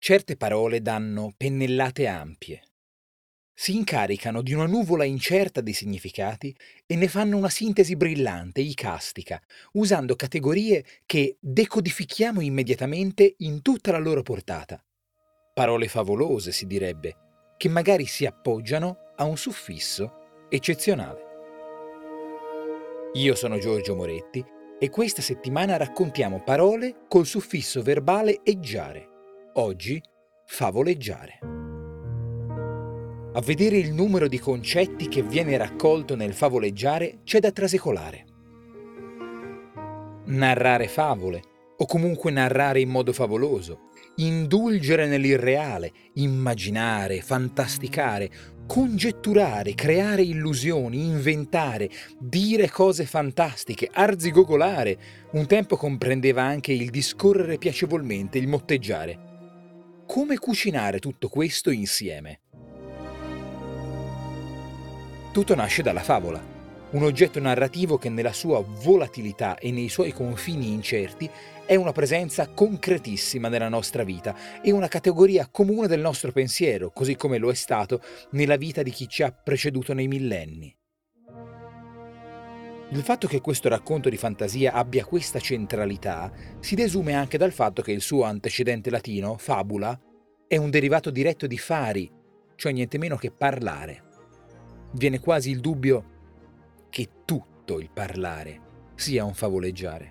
Certe parole danno pennellate ampie, si incaricano di una nuvola incerta di significati e ne fanno una sintesi brillante, icastica, usando categorie che decodifichiamo immediatamente in tutta la loro portata. Parole favolose, si direbbe, che magari si appoggiano a un suffisso eccezionale. Io sono Giorgio Moretti e questa settimana raccontiamo parole col suffisso verbale eggiare. Oggi, favoleggiare. A vedere il numero di concetti che viene raccolto nel favoleggiare c'è da trasecolare. Narrare favole, o comunque narrare in modo favoloso, indulgere nell'irreale, immaginare, fantasticare, congetturare, creare illusioni, inventare, dire cose fantastiche, arzigogolare. Un tempo comprendeva anche il discorrere piacevolmente, il motteggiare. Come cucinare tutto questo insieme? Tutto nasce dalla favola, un oggetto narrativo che nella sua volatilità e nei suoi confini incerti è una presenza concretissima nella nostra vita e una categoria comune del nostro pensiero, così come lo è stato nella vita di chi ci ha preceduto nei millenni. Il fatto che questo racconto di fantasia abbia questa centralità si desume anche dal fatto che il suo antecedente latino, fabula, è un derivato diretto di fari, cioè niente meno che parlare. Viene quasi il dubbio che tutto il parlare sia un favoleggiare.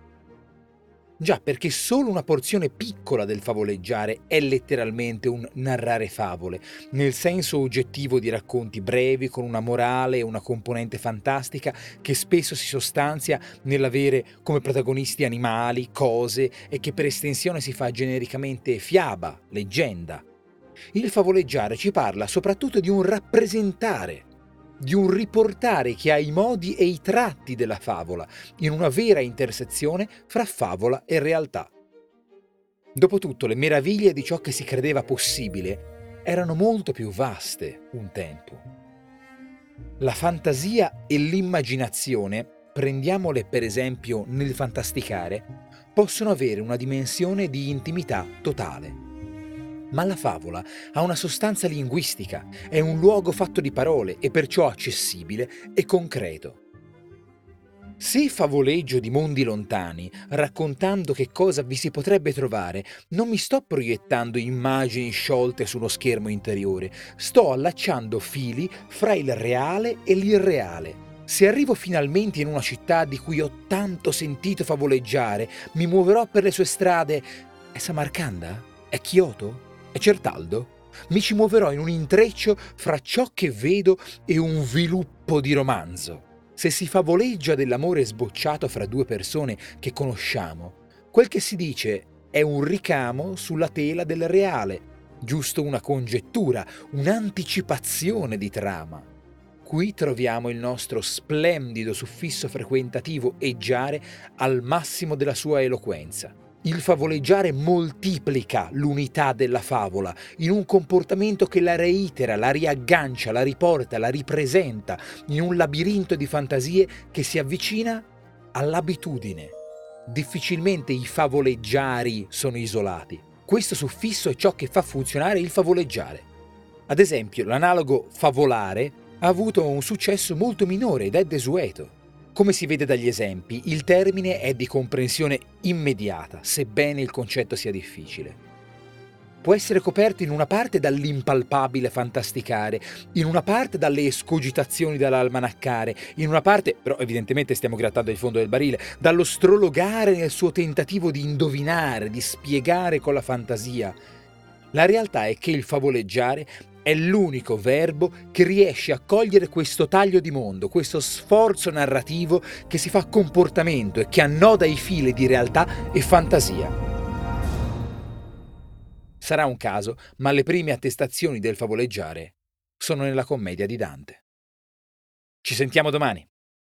Già, perché solo una porzione piccola del favoleggiare è letteralmente un narrare favole, nel senso oggettivo di racconti brevi con una morale e una componente fantastica che spesso si sostanzia nell'avere come protagonisti animali, cose e che per estensione si fa genericamente fiaba, leggenda. Il favoleggiare ci parla soprattutto di un rappresentare, di un riportare che ha i modi e i tratti della favola, in una vera intersezione fra favola e realtà. Dopotutto, le meraviglie di ciò che si credeva possibile erano molto più vaste un tempo. La fantasia e l'immaginazione, prendiamole per esempio nel fantasticare, possono avere una dimensione di intimità totale. Ma la favola ha una sostanza linguistica, è un luogo fatto di parole e perciò accessibile e concreto. Se favoleggio di mondi lontani, raccontando che cosa vi si potrebbe trovare, non mi sto proiettando immagini sciolte su uno schermo interiore, sto allacciando fili fra il reale e l'irreale. Se arrivo finalmente in una città di cui ho tanto sentito favoleggiare, mi muoverò per le sue strade. È Samarcanda? È Kyoto? È Certaldo? Mi ci muoverò in un intreccio fra ciò che vedo e un viluppo di romanzo. Se si favoleggia dell'amore sbocciato fra due persone che conosciamo, quel che si dice è un ricamo sulla tela del reale, giusto una congettura, un'anticipazione di trama. Qui troviamo il nostro splendido suffisso frequentativo eggiare al massimo della sua eloquenza. Il favoleggiare moltiplica l'unità della favola in un comportamento che la reitera, la riaggancia, la riporta, la ripresenta in un labirinto di fantasie che si avvicina all'abitudine. Difficilmente i favoleggiari sono isolati. Questo suffisso è ciò che fa funzionare il favoleggiare. Ad esempio, l'analogo favolare ha avuto un successo molto minore ed è desueto. Come si vede dagli esempi, il termine è di comprensione immediata, sebbene il concetto sia difficile. Può essere coperto in una parte dall'impalpabile fantasticare, in una parte dalle escogitazioni dall'almanaccare, in una parte, però evidentemente stiamo grattando il fondo del barile, dallo strologare nel suo tentativo di indovinare, di spiegare con la fantasia. La realtà è che il favoleggiare è l'unico verbo che riesce a cogliere questo taglio di mondo, questo sforzo narrativo che si fa comportamento e che annoda i fili di realtà e fantasia. Sarà un caso, ma le prime attestazioni del favoleggiare sono nella commedia di Dante. Ci sentiamo domani.